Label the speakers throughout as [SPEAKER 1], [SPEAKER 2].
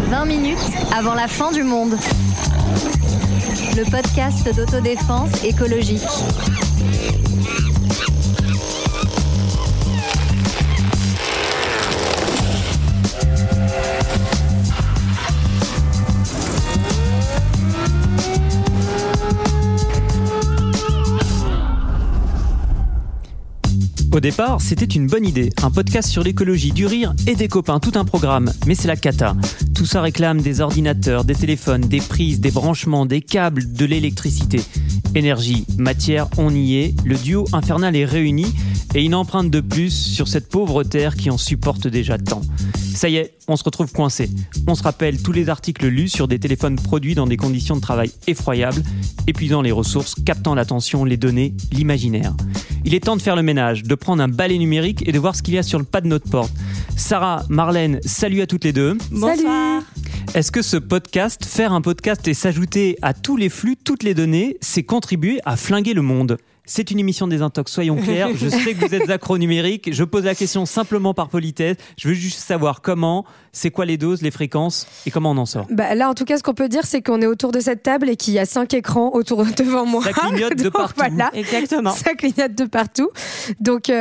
[SPEAKER 1] 20 minutes avant la fin du monde. Le podcast d'autodéfense écologique.
[SPEAKER 2] Au départ, c'était une bonne idée. Un podcast sur l'écologie, du rire et des copains, tout un programme. Mais c'est la cata. Tout ça réclame des ordinateurs, des téléphones, des prises, des branchements, des câbles, de l'électricité. Énergie, matière, on y est. Le duo infernal est réuni et une empreinte de plus sur cette pauvre terre qui en supporte déjà tant. Ça y est, on se retrouve coincé. On se rappelle tous les articles lus sur des téléphones produits dans des conditions de travail effroyables, épuisant les ressources, captant l'attention, les données, l'imaginaire. Il est temps de faire le ménage, de prendre un balai numérique et de voir ce qu'il y a sur le pas de notre porte. Sarah, Marlène, salut à toutes les deux.
[SPEAKER 3] Bonsoir.
[SPEAKER 2] Est-ce que ce podcast, faire un podcast et s'ajouter à tous les flux, toutes les données, c'est contribuer à flinguer le monde ? C'est une émission Désintox, soyons clairs. Je sais que vous êtes accro numérique. Je pose la question simplement par politesse. Je veux juste savoir comment, c'est quoi les doses, les fréquences et comment on en sort.
[SPEAKER 3] Là, en tout cas, ce qu'on peut dire, c'est qu'on est autour de cette table et qu'il y a 5 écrans devant moi.
[SPEAKER 2] Ça clignote de partout.
[SPEAKER 3] Voilà,
[SPEAKER 4] exactement.
[SPEAKER 3] Ça clignote de partout. Donc,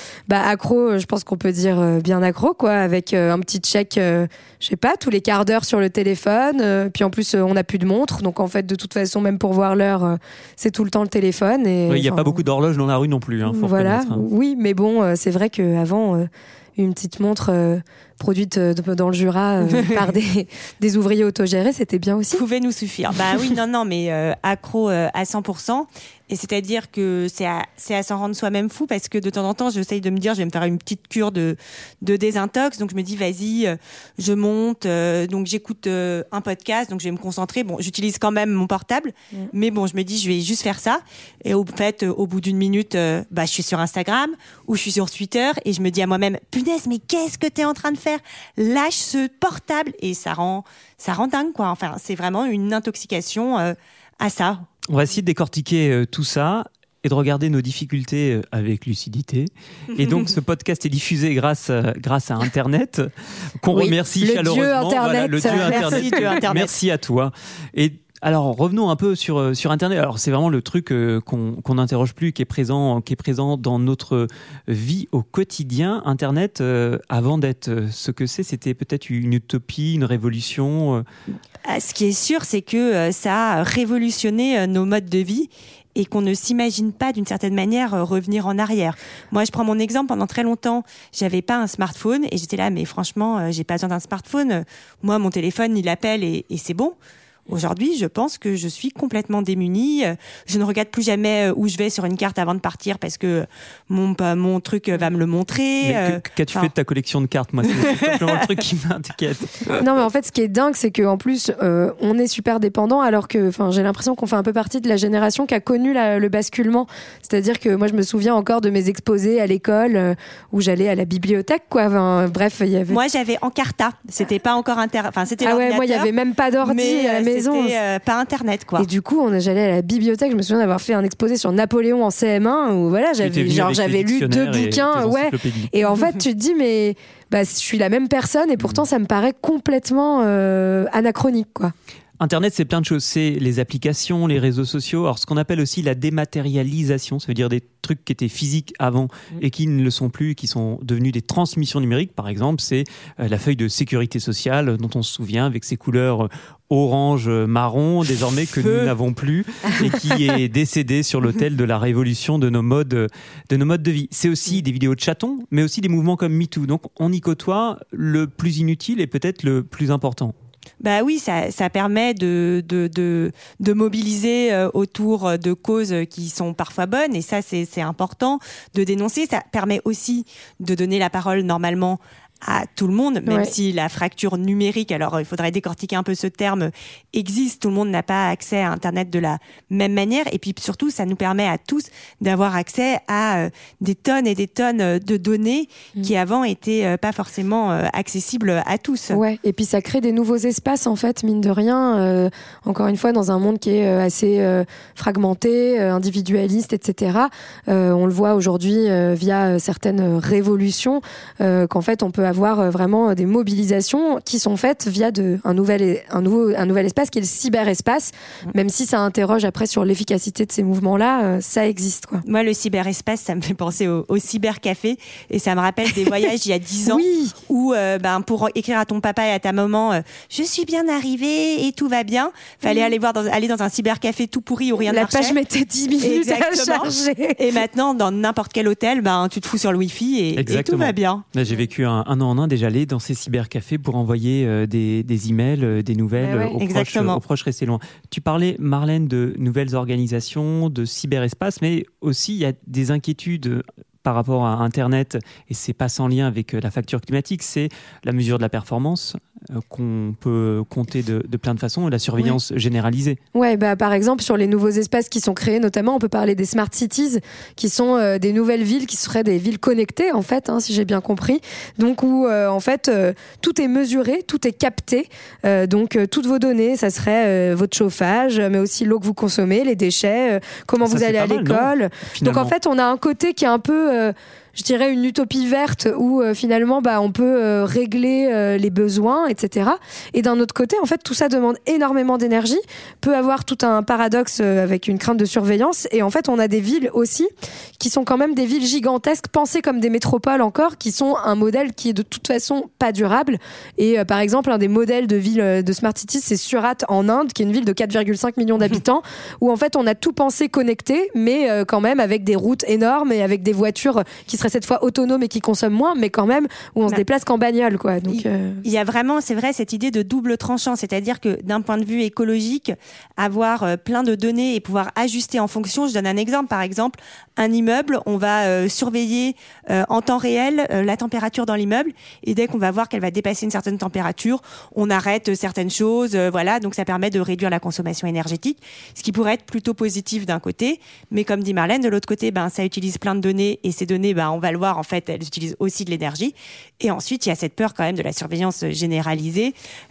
[SPEAKER 3] accro, je pense qu'on peut dire bien accro, quoi, avec un petit check, je sais pas, tous les quarts d'heure sur le téléphone. Puis en plus, on n'a plus de montre. Donc, en fait, de toute façon, même pour voir l'heure, c'est tout le temps le téléphone. Et
[SPEAKER 2] il n'y a pas beaucoup d'horloges dans la rue non plus. Faut
[SPEAKER 3] voilà,
[SPEAKER 2] reconnaître.
[SPEAKER 3] oui, mais bon, c'est vrai qu'avant, une petite montre produite dans le Jura par des ouvriers autogérés, c'était bien aussi.
[SPEAKER 4] Pouvait nous suffire. Oui, mais accro à 100%. Et c'est-à-dire que c'est à s'en rendre soi-même fou parce que de temps en temps, j'essaye de me dire, je vais me faire une petite cure de désintox. Donc je me dis, vas-y, je monte. Donc j'écoute un podcast, donc je vais me concentrer. Bon, j'utilise quand même mon portable, mais bon, je me dis, je vais juste faire ça. Et au bout d'une minute, je suis sur Instagram ou je suis sur Twitter et je me dis à moi-même, punaise, mais qu'est-ce que t'es en train de faire ? Lâche ce portable. Et ça rend dingue, quoi. Enfin, c'est vraiment une intoxication à ça.
[SPEAKER 2] On va essayer de décortiquer tout ça et de regarder nos difficultés avec lucidité. Et donc, ce podcast est diffusé grâce à Internet, qu'on remercie chaleureusement.
[SPEAKER 3] Le dieu Internet.
[SPEAKER 2] Merci, Dieu Internet. Merci à toi. Et alors, revenons un peu sur Internet. Alors, c'est vraiment le truc qu'on n'interroge plus, qui est présent dans notre vie au quotidien. Internet, avant d'être ce que c'était peut-être une utopie, une révolution.
[SPEAKER 4] Ce qui est sûr, c'est que ça a révolutionné nos modes de vie et qu'on ne s'imagine pas d'une certaine manière revenir en arrière. Moi, je prends mon exemple, pendant très longtemps, j'avais pas un smartphone et j'étais là, mais franchement, j'ai pas besoin d'un smartphone. Moi, mon téléphone, il appelle et c'est bon. Aujourd'hui, je pense que je suis complètement démunie. Je ne regarde plus jamais où je vais sur une carte avant de partir parce que mon truc va me le montrer.
[SPEAKER 2] Mais qu'as-tu fait de ta collection de cartes ? Moi, c'est simplement le truc qui m'inquiète.
[SPEAKER 3] Non, mais en fait, ce qui est dingue, c'est qu'en plus, on est super dépendant, alors que, j'ai l'impression qu'on fait un peu partie de la génération qui a connu le basculement. C'est-à-dire que moi, je me souviens encore de mes exposés à l'école où j'allais à la bibliothèque, quoi. Bref, il y avait.
[SPEAKER 4] Moi, j'avais Encarta. C'était pas encore c'était l'ordinateur.
[SPEAKER 3] Moi, il y avait même pas d'ordi à la maison.
[SPEAKER 4] C'était pas Internet, quoi.
[SPEAKER 3] Et du coup, j'allais à la bibliothèque. Je me souviens d'avoir fait un exposé sur Napoléon en CM1 où j'avais lu 2 bouquins, Et en fait, tu te dis, mais je suis la même personne et pourtant, ça me paraît complètement anachronique, quoi.
[SPEAKER 2] Internet, c'est plein de choses. C'est les applications, les réseaux sociaux. Alors, ce qu'on appelle aussi la dématérialisation, ça veut dire des trucs qui étaient physiques avant et qui ne le sont plus, qui sont devenus des transmissions numériques. Par exemple, c'est la feuille de sécurité sociale dont on se souvient avec ses couleurs orange, marron, désormais que nous n'avons plus et qui est décédée sur l'autel de la révolution de nos modes de vie. C'est aussi des vidéos de chatons, mais aussi des mouvements comme MeToo. Donc, on y côtoie le plus inutile et peut-être le plus important.
[SPEAKER 4] Oui, ça permet de mobiliser autour de causes qui sont parfois bonnes et ça c'est important de dénoncer. Ça permet aussi de donner la parole normalement à tout le monde, même si la fracture numérique, alors il faudrait décortiquer un peu ce terme, existe, tout le monde n'a pas accès à Internet de la même manière, et puis surtout ça nous permet à tous d'avoir accès à des tonnes et des tonnes de données qui avant étaient pas forcément accessibles à tous.
[SPEAKER 3] Ouais, et puis ça crée des nouveaux espaces en fait, mine de rien, encore une fois dans un monde qui est assez fragmenté, individualiste, etc. On le voit aujourd'hui via certaines révolutions, qu'en fait on peut peut avoir vraiment des mobilisations qui sont faites via un nouvel espace qui est le cyberespace, même si ça interroge après sur l'efficacité de ces mouvements-là, ça existe, quoi.
[SPEAKER 4] Moi, le cyberespace, ça me fait penser au cybercafé et ça me rappelle des voyages il y a 10 ans où pour écrire à ton papa et à ta maman je suis bien arrivée et tout va bien, fallait aller dans un cybercafé tout pourri où rien ne marchait.
[SPEAKER 3] La page mettait 10 minutes à charger.
[SPEAKER 4] Et maintenant, dans n'importe quel hôtel, tu te fous sur le Wi-Fi et tout va bien.
[SPEAKER 2] Là, j'ai vécu un an en Inde et j'allais dans ces cybercafés pour envoyer des emails, des nouvelles aux proches restés loin. Tu parlais, Marlène, de nouvelles organisations, de cyberespace, mais aussi il y a des inquiétudes par rapport à Internet, et c'est pas sans lien avec la facture climatique, c'est la mesure de la performance qu'on peut compter de plein de façons, et la surveillance généralisée.
[SPEAKER 3] Ouais, par exemple, sur les nouveaux espaces qui sont créés, notamment, on peut parler des smart cities, qui sont des nouvelles villes qui seraient des villes connectées, en fait, si j'ai bien compris. Donc, où, en fait, tout est mesuré, tout est capté. Donc, toutes vos données, ça serait votre chauffage, mais aussi l'eau que vous consommez, les déchets, comment vous allez à l'école. Donc, en fait, on a un côté qui est un peu... je dirais une utopie verte où finalement on peut régler les besoins, etc. Et d'un autre côté, en fait, tout ça demande énormément d'énergie, peut avoir tout un paradoxe avec une crainte de surveillance. Et en fait, on a des villes aussi qui sont quand même des villes gigantesques, pensées comme des métropoles encore, qui sont un modèle qui est de toute façon pas durable. Et par exemple, un des modèles de ville de Smart Cities, c'est Surat en Inde, qui est une ville de 4,5 millions d'habitants, où en fait, on a tout pensé connecté, mais quand même avec des routes énormes et avec des voitures qui seraient cette fois autonomes et qui consomment moins, mais quand même où on se déplace qu'en bagnole, quoi. Donc,
[SPEAKER 4] il y a vraiment, c'est vrai, cette idée de double tranchant, c'est-à-dire que d'un point de vue écologique, avoir plein de données et pouvoir ajuster en fonction. Je donne un exemple, par exemple, un immeuble, on va surveiller en temps réel la température dans l'immeuble, et dès qu'on va voir qu'elle va dépasser une certaine température, on arrête certaines choses, voilà. Donc ça permet de réduire la consommation énergétique, ce qui pourrait être plutôt positif d'un côté, mais comme dit Marlène, de l'autre côté, ça utilise plein de données, et ces données, on va le voir, en fait, elles utilisent aussi de l'énergie. Et ensuite, il y a cette peur quand même de la surveillance généralisée.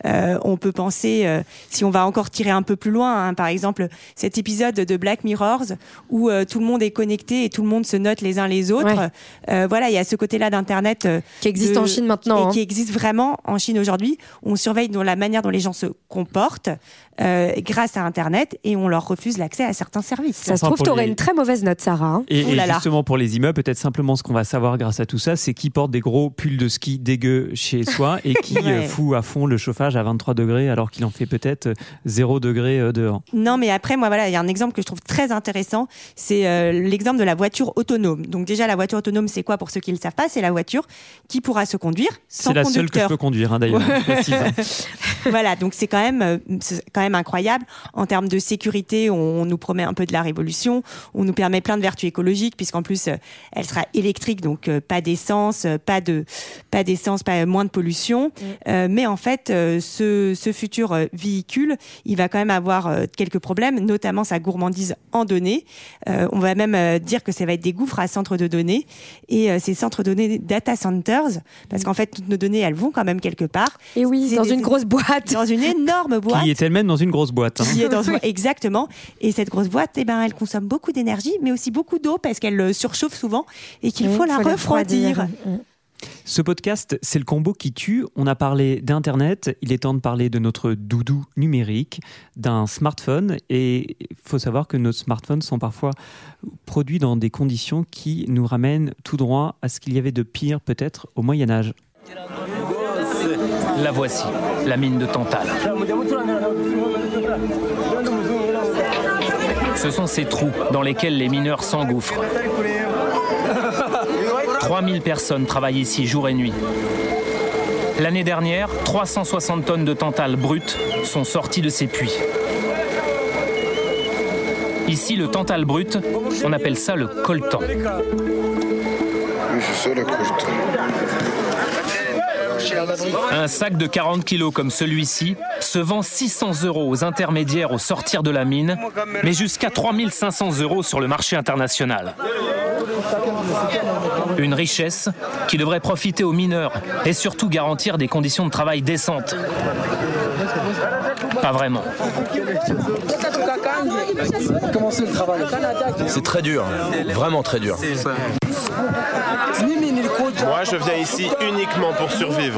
[SPEAKER 4] On peut penser, si on va encore tirer un peu plus loin, par exemple, cet épisode de Black Mirror où tout le monde est connecté et tout le monde se note les uns les autres. Ouais. Voilà, il y a ce côté-là d'Internet
[SPEAKER 3] qui existe en Chine maintenant.
[SPEAKER 4] Et qui existe vraiment en Chine aujourd'hui. On surveille la manière dont les gens se comportent grâce à Internet, et on leur refuse l'accès à certains services.
[SPEAKER 3] Ça se trouve, tu aurais une très mauvaise note, Sarah.
[SPEAKER 2] Et justement, pour les immeubles, peut-être simplement ce qu'on va savoir grâce à tout ça, c'est qui porte des gros pulls de ski dégueux chez soi et qui fout à fond le chauffage à 23 degrés alors qu'il en fait peut-être 0 degré dehors.
[SPEAKER 4] Non, mais après, moi, voilà, il y a un exemple que je trouve très intéressant, c'est l'exemple de la voiture autonome. Donc déjà, la voiture autonome, c'est quoi pour ceux qui ne le savent pas? C'est la voiture qui pourra se conduire sans conducteur.
[SPEAKER 2] C'est la seule que je peux conduire, d'ailleurs.
[SPEAKER 4] Voilà, donc c'est quand même incroyable. En termes de sécurité, on nous promet un peu de la révolution, on nous permet plein de vertus écologiques, puisqu'en plus, elle sera électrique, donc pas d'essence, moins de pollution. Mais en fait, ce futur véhicule, il va quand même avoir quelques problèmes, notamment sa gourmandise en données. On va même dire que ça va être des gouffres à centres de données, et ces centres de données data centers, parce qu'en fait, toutes nos données, elles vont quand même quelque part.
[SPEAKER 3] Et oui, dans une grosse boîte.
[SPEAKER 4] Dans une énorme boîte.
[SPEAKER 2] Qui est elle-même dans une grosse boîte.
[SPEAKER 4] Exactement. Et cette grosse boîte, elle consomme beaucoup d'énergie, mais aussi beaucoup d'eau, parce qu'elle surchauffe souvent et qu'il faut la refroidir.
[SPEAKER 2] Ce podcast, c'est le combo qui tue. On a parlé d'Internet, il est temps de parler de notre doudou numérique, d'un smartphone. Et il faut savoir que nos smartphones sont parfois produits dans des conditions qui nous ramènent tout droit à ce qu'il y avait de pire peut-être au Moyen-Âge.
[SPEAKER 5] La voici, la mine de Tantale. Ce sont ces trous dans lesquels les mineurs s'engouffrent. 3000 personnes travaillent ici jour et nuit. L'année dernière, 360 tonnes de tantale brut sont sorties de ces puits. Ici, le tantale brut, on appelle ça le coltan.
[SPEAKER 6] Oui, c'est ça le coltan.
[SPEAKER 5] Un sac de 40 kilos comme celui-ci se vend 600 € aux intermédiaires au sortir de la mine, mais jusqu'à 3500 € sur le marché international. Une richesse qui devrait profiter aux mineurs et surtout garantir des conditions de travail décentes. Pas vraiment.
[SPEAKER 6] Comment c'est le travail ?
[SPEAKER 7] C'est très dur, vraiment très dur.
[SPEAKER 8] Moi, je viens ici uniquement pour survivre.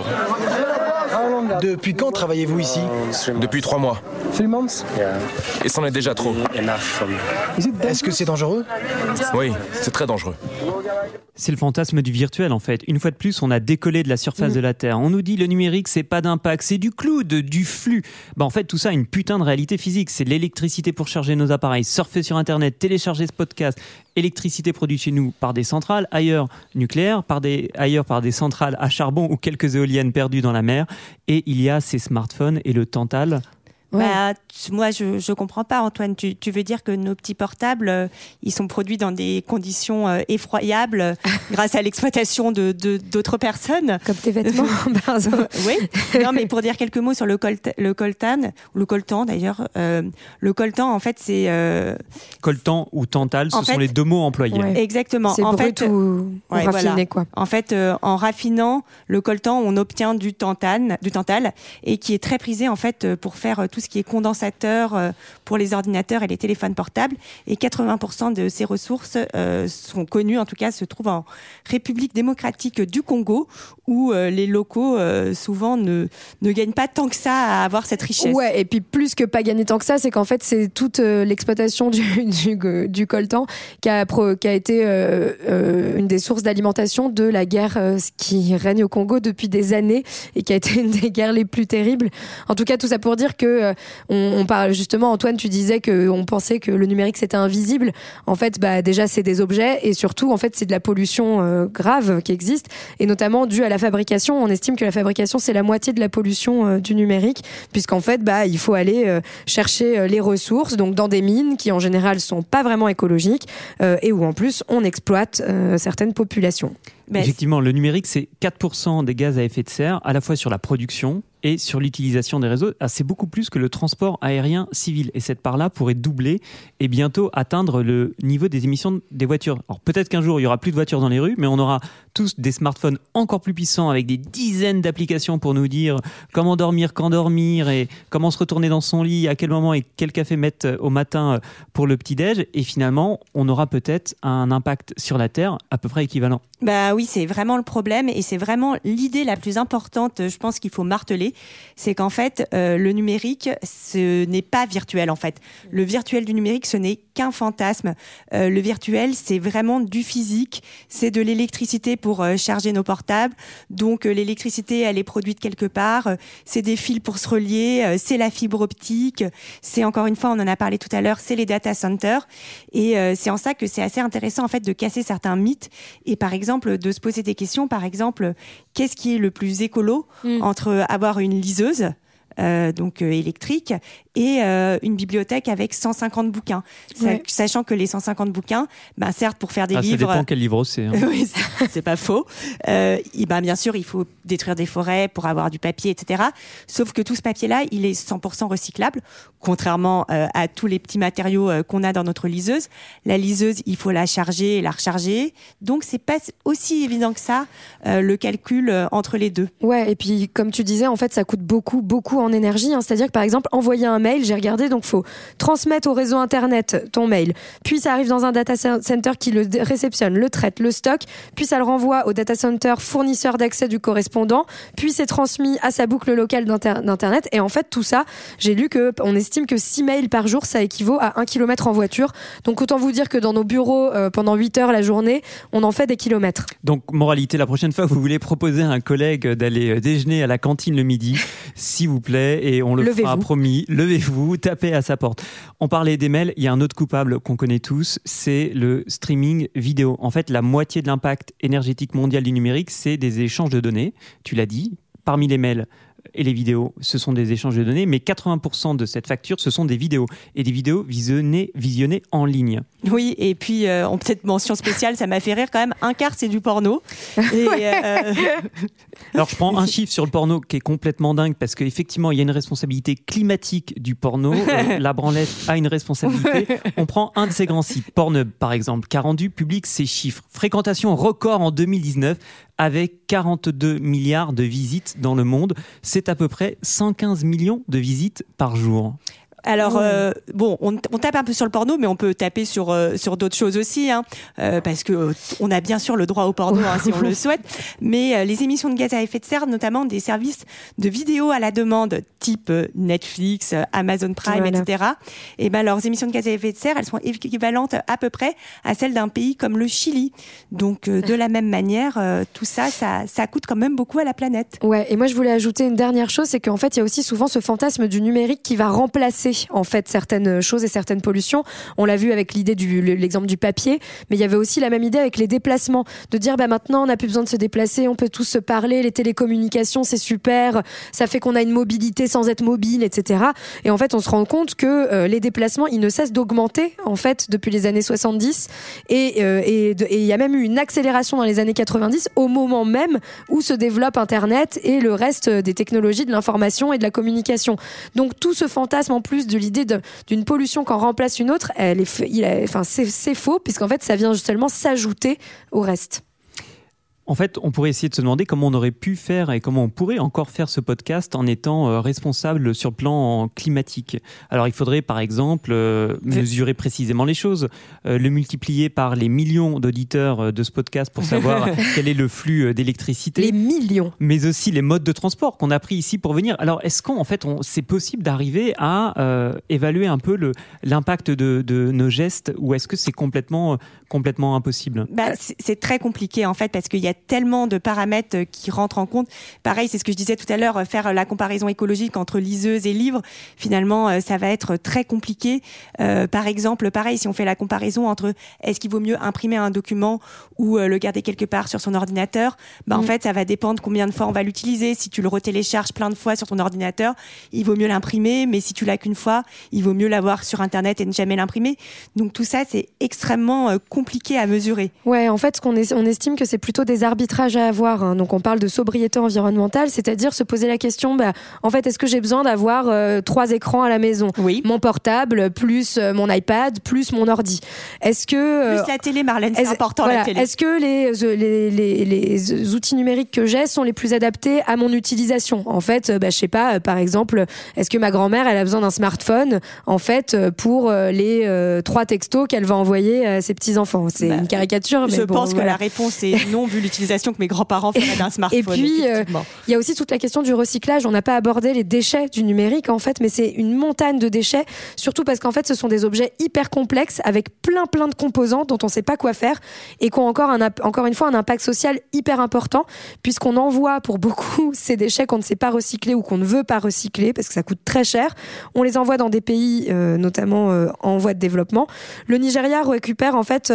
[SPEAKER 6] Depuis quand travaillez-vous ici ?
[SPEAKER 7] Depuis 3 mois.
[SPEAKER 6] 3 months ?
[SPEAKER 7] Et c'en est déjà trop.
[SPEAKER 6] Est-ce que c'est dangereux ?
[SPEAKER 7] Oui, c'est très dangereux.
[SPEAKER 2] C'est le fantasme du virtuel en fait. Une fois de plus, on a décollé de la surface de la Terre. On nous dit le numérique, c'est pas d'impact, c'est du cloud, du flux. En fait, tout ça a une putain de réalité physique. C'est de l'électricité pour charger nos appareils, surfer sur Internet, télécharger ce podcast. Électricité produite chez nous par des centrales, ailleurs nucléaires, ailleurs par des centrales à charbon ou quelques éoliennes perdues dans la mer. Et il y a ces smartphones et le Tantal.
[SPEAKER 3] Ouais.
[SPEAKER 4] Moi, je comprends pas, Antoine. Tu veux dire que nos petits portables, ils sont produits dans des conditions effroyables grâce à l'exploitation d'autres personnes.
[SPEAKER 3] Comme tes vêtements, par exemple.
[SPEAKER 4] Oui. Non, mais pour dire quelques mots sur le coltan d'ailleurs. Le coltan, en fait, c'est
[SPEAKER 2] Coltan ou Tantal, ce sont les deux mots employés.
[SPEAKER 3] Ouais.
[SPEAKER 4] Exactement.
[SPEAKER 3] C'est brut ou raffiné, quoi.
[SPEAKER 4] En fait, en raffinant le coltan, on obtient du tantal, et qui est très prisé en fait pour faire tout ce qui est condensateur pour les ordinateurs et les téléphones portables. Et 80% de ces ressources sont connues, en tout cas, se trouvent en République démocratique du Congo, où les locaux souvent ne gagnent pas tant que ça à avoir cette richesse.
[SPEAKER 3] Ouais, et puis plus que pas gagner tant que ça, c'est qu'en fait c'est toute l'exploitation du coltan qui a été une des sources d'alimentation de la guerre qui règne au Congo depuis des années et qui a été une des guerres les plus terribles. En tout cas, tout ça pour dire que on parle justement, Antoine, tu disais que on pensait que le numérique c'était invisible. En fait, déjà c'est des objets et surtout en fait c'est de la pollution grave qui existe et notamment due à la fabrication. On estime que la fabrication c'est la moitié de la pollution du numérique puisqu'en fait il faut aller chercher les ressources donc dans des mines qui en général sont pas vraiment écologiques et où en plus on exploite certaines populations.
[SPEAKER 2] Effectivement, le numérique, c'est 4% des gaz à effet de serre, à la fois sur la production et sur l'utilisation des réseaux. C'est beaucoup plus que le transport aérien civil. Et cette part-là pourrait doubler et bientôt atteindre le niveau des émissions des voitures. Alors peut-être qu'un jour, il n'y aura plus de voitures dans les rues, mais on aura tous des smartphones encore plus puissants avec des dizaines d'applications pour nous dire comment dormir, quand dormir et comment se retourner dans son lit, à quel moment et quel café mettre au matin pour le petit-déj. Et finalement, on aura peut-être un impact sur la Terre à peu près équivalent.
[SPEAKER 4] Oui, c'est vraiment le problème et c'est vraiment l'idée la plus importante, je pense qu'il faut marteler, c'est qu'en fait, le numérique, ce n'est pas virtuel en fait. Le virtuel du numérique, ce n'est qu'un fantasme. Le virtuel, c'est vraiment du physique, c'est de l'électricité pour charger nos portables. Donc l'électricité, elle est produite quelque part, c'est des fils pour se relier, c'est la fibre optique, c'est encore une fois, on en a parlé tout à l'heure, c'est les data centers. Et c'est en ça que c'est assez intéressant en fait de casser certains mythes et par exemple de se poser des questions, par exemple, qu'est-ce qui est le plus écolo entre avoir une liseuse électrique et une bibliothèque avec 150 bouquins.
[SPEAKER 3] Ouais.
[SPEAKER 4] Sachant que les 150 bouquins, certes pour faire des livres...
[SPEAKER 2] Ça dépend quel livre c'est. Hein.
[SPEAKER 4] Oui, c'est pas faux. Bien sûr, il faut détruire des forêts pour avoir du papier, etc. Sauf que tout ce papier-là, il est 100% recyclable, contrairement à tous les petits matériaux qu'on a dans notre liseuse. La liseuse, il faut la charger et la recharger. Donc, c'est pas aussi évident que ça, le calcul entre les deux.
[SPEAKER 3] Ouais, et puis, comme tu disais, en fait, ça coûte beaucoup en énergie. C'est-à-dire que, par exemple, envoyer un mail, j'ai regardé, donc faut transmettre au réseau Internet ton mail. Puis, ça arrive dans un data center qui le réceptionne, le traite, le stocke. Puis, ça le renvoie au data center fournisseur d'accès du correspondant. Puis, c'est transmis à sa boucle locale d'Internet. Et en fait, tout ça, j'ai lu qu'on estime que 6 mails par jour, ça équivaut à 1 kilomètre en voiture. Donc, autant vous dire que dans nos bureaux, pendant 8 heures la journée, on en fait des kilomètres.
[SPEAKER 2] Donc, moralité, la prochaine fois que vous voulez proposer à un collègue d'aller déjeuner à la cantine le midi, s'il vous plaît, et on le fera, promis, levez-vous, tapez à sa porte. On parlait des mails, il y a un autre coupable qu'on connaît tous, c'est le streaming vidéo. En fait, la moitié de l'impact énergétique mondial du numérique, c'est des échanges de données, tu l'as dit. Parmi les mails, et les vidéos, ce sont des échanges de données, mais 80% de cette facture, ce sont des vidéos. Et des vidéos visionnées en ligne.
[SPEAKER 4] Oui, et puis, on peut-être mention spéciale, ça m'a fait rire quand même, un quart c'est du porno. Et,
[SPEAKER 2] Alors, je prends un chiffre sur le porno qui est complètement dingue, parce qu'effectivement, il y a une responsabilité climatique du porno. La branlette a une responsabilité. On prend un de ces grands sites, Pornhub par exemple, qui a rendu public ces chiffres. Fréquentation record en 2019, avec 42 milliards de visites dans le monde. C'est à peu près 115 millions de visites par jour.
[SPEAKER 4] Alors, bon, on tape un peu sur le porno, mais on peut taper sur d'autres choses aussi, hein, parce que on a bien sûr le droit au porno, hein, si on le souhaite. Mais les émissions de gaz à effet de serre, notamment des services de vidéo à la demande, type Netflix, Amazon Prime, voilà, etc. Et ben, leurs émissions de gaz à effet de serre, elles sont équivalentes à peu près à celles d'un pays comme le Chili. Donc, de la même manière, tout ça coûte quand même beaucoup à la planète.
[SPEAKER 3] Ouais. Et moi, je voulais ajouter une dernière chose, c'est qu'en fait, il y a aussi souvent ce fantasme du numérique qui va remplacer en fait certaines choses et certaines pollutions. On l'a vu avec l'idée l'exemple du papier, mais il y avait aussi la même idée avec les déplacements, de dire maintenant on n'a plus besoin de se déplacer, on peut tous se parler, les télécommunications c'est super, ça fait qu'on a une mobilité sans être mobile, etc. Et en fait on se rend compte que les déplacements ils ne cessent d'augmenter en fait depuis les années 70 et il y a même eu une accélération dans les années 90 au moment même où se développe Internet et le reste des technologies de l'information et de la communication. Donc tout ce fantasme en plus de l'idée d'une pollution qu'en remplace une autre, c'est faux, puisqu'en fait, ça vient seulement s'ajouter au reste.
[SPEAKER 2] En fait, on pourrait essayer de se demander comment on aurait pu faire et comment on pourrait encore faire ce podcast en étant responsable sur le plan climatique. Alors, il faudrait, par exemple, mesurer précisément les choses, le multiplier par les millions d'auditeurs de ce podcast pour savoir quel est le flux d'électricité.
[SPEAKER 3] Les millions.
[SPEAKER 2] Mais aussi les modes de transport qu'on a pris ici pour venir. Alors, est-ce c'est possible d'arriver à évaluer un peu l'impact de nos gestes, ou est-ce que c'est complètement impossible ?
[SPEAKER 4] C'est très compliqué, en fait, parce qu'il y a tellement de paramètres qui rentrent en compte. Pareil, c'est ce que je disais tout à l'heure, faire la comparaison écologique entre liseuse et livre, finalement, ça va être très compliqué. Par exemple, pareil, si on fait la comparaison entre est-ce qu'il vaut mieux imprimer un document ou le garder quelque part sur son ordinateur, en fait, ça va dépendre combien de fois on va l'utiliser. Si tu le retélécharges plein de fois sur ton ordinateur, il vaut mieux l'imprimer, mais si tu l'as qu'une fois, il vaut mieux l'avoir sur Internet et ne jamais l'imprimer. Donc tout ça, c'est extrêmement compliqué à mesurer.
[SPEAKER 3] Ouais, en fait, on estime que c'est plutôt des arbitrages à avoir, hein. Donc on parle de sobriété environnementale, c'est-à-dire se poser la question, en fait, est-ce que j'ai besoin d'avoir 3 écrans à la maison ?
[SPEAKER 4] Oui.
[SPEAKER 3] Mon portable, plus mon iPad, plus mon ordi. Est-ce que...
[SPEAKER 4] plus la télé, Marlène, c'est important,
[SPEAKER 3] voilà,
[SPEAKER 4] la télé.
[SPEAKER 3] Est-ce que les outils numériques que j'ai sont les plus adaptés à mon utilisation ? En fait, je sais pas, par exemple, est-ce que ma grand-mère, elle a besoin d'un smartphone, en fait, pour les 3 textos qu'elle va envoyer à ses petits-enfants ? C'est une caricature, mais
[SPEAKER 4] je pense que la réponse est non, vu l'utilisation que mes grands-parents feraient d'un smartphone.
[SPEAKER 3] Et puis, il y a aussi toute la question du recyclage. On n'a pas abordé les déchets du numérique, en fait, mais c'est une montagne de déchets, surtout parce qu'en fait, ce sont des objets hyper complexes avec plein de composants dont on ne sait pas quoi faire et qui ont encore une fois un impact social hyper important, puisqu'on envoie pour beaucoup ces déchets qu'on ne sait pas recycler ou qu'on ne veut pas recycler parce que ça coûte très cher. On les envoie dans des pays, notamment en voie de développement. Le Nigeria récupère en fait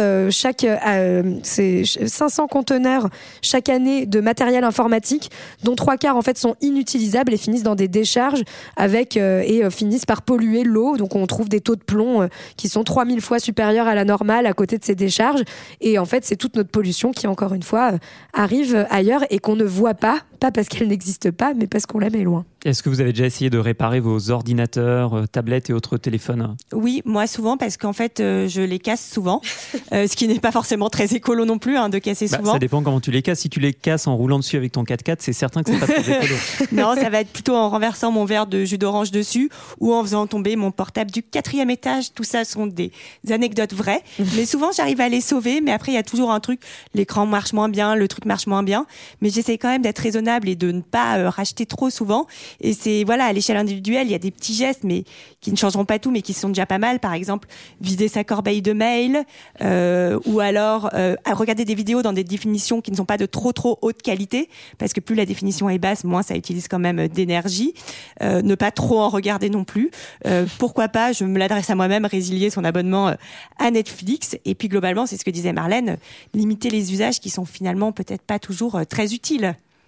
[SPEAKER 3] c'est 500 conteneurs chaque année de matériel informatique, dont 3/4 en fait sont inutilisables et finissent dans des décharges et finissent par polluer l'eau. Donc on trouve des taux de plomb qui sont 3000 fois supérieurs à la normale à côté de ces décharges. Et en fait, c'est toute notre pollution qui, encore une fois, arrive ailleurs et qu'on ne voit pas parce qu'elle n'existe pas, mais parce qu'on la met loin.
[SPEAKER 2] Est-ce que vous avez déjà essayé de réparer vos ordinateurs, tablettes et autres téléphones ?
[SPEAKER 4] Oui, moi souvent, parce qu'en fait, je les casse souvent, ce qui n'est pas forcément très écolo non plus, de casser souvent.
[SPEAKER 2] Ça dépend comment tu les casses. Si tu les casses en roulant dessus avec ton 4x4, c'est certain que c'est pas très écolo.
[SPEAKER 4] Non, ça va être plutôt en renversant mon verre de jus d'orange dessus ou en faisant tomber mon portable du 4e étage. Tout ça sont des anecdotes vraies, mais souvent j'arrive à les sauver, mais après il y a toujours un truc, l'écran marche moins bien, le truc marche moins bien, mais j'essaie quand même d'être raisonnable et de ne pas racheter trop souvent. Et c'est, à l'échelle individuelle, il y a des petits gestes, mais qui ne changeront pas tout, mais qui sont déjà pas mal. Par exemple, vider sa corbeille de mail, ou alors regarder des vidéos dans des définitions qui ne sont pas de trop haute qualité, parce que plus la définition est basse, moins ça utilise quand même d'énergie. Ne pas trop en regarder non plus. Pourquoi pas, je me l'adresse à moi-même, résilier son abonnement à Netflix. Et puis globalement, c'est ce que disait Marlène, limiter les usages qui sont finalement peut-être pas toujours très utiles.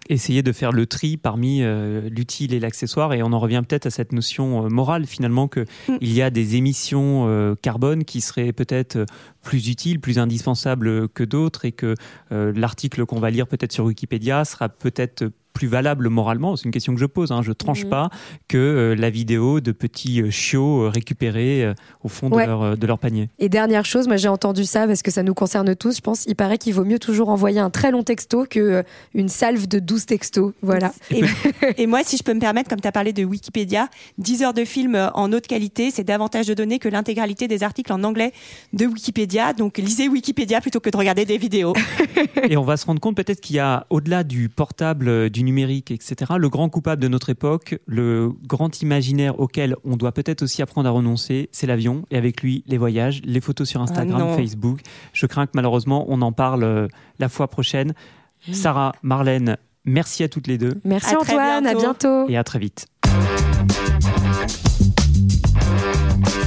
[SPEAKER 2] essayer de faire le tri parmi l'utile et l'accessoire, et on en revient peut-être à cette notion morale finalement qu'il y a des émissions carbone qui seraient peut-être plus utiles, plus indispensables que d'autres, et que l'article qu'on va lire peut-être sur Wikipédia sera peut-être plus valable moralement, c'est une question que je pose, je tranche pas, que la vidéo de petits chiots récupérés au fond de leur panier.
[SPEAKER 3] Et dernière chose, moi j'ai entendu ça parce que ça nous concerne tous, je pense, il paraît qu'il vaut mieux toujours envoyer un très long texto qu'une salve de 12 textos. Voilà.
[SPEAKER 4] Et moi, si je peux me permettre, comme tu as parlé de Wikipédia, 10 heures de film en haute qualité, c'est davantage de données que l'intégralité des articles en anglais de Wikipédia. Donc lisez Wikipédia plutôt que de regarder des vidéos.
[SPEAKER 2] Et on va se rendre compte peut-être qu'il y a, au-delà du portable, du numérique, etc., le grand coupable de notre époque, le grand imaginaire auquel on doit peut-être aussi apprendre à renoncer, c'est l'avion, et avec lui les voyages, les photos sur Instagram, Facebook. Je crains que malheureusement on en parle la fois prochaine. Sarah, Marlène, merci à toutes les deux.
[SPEAKER 3] Merci Antoine, à bientôt.
[SPEAKER 2] Et à très vite.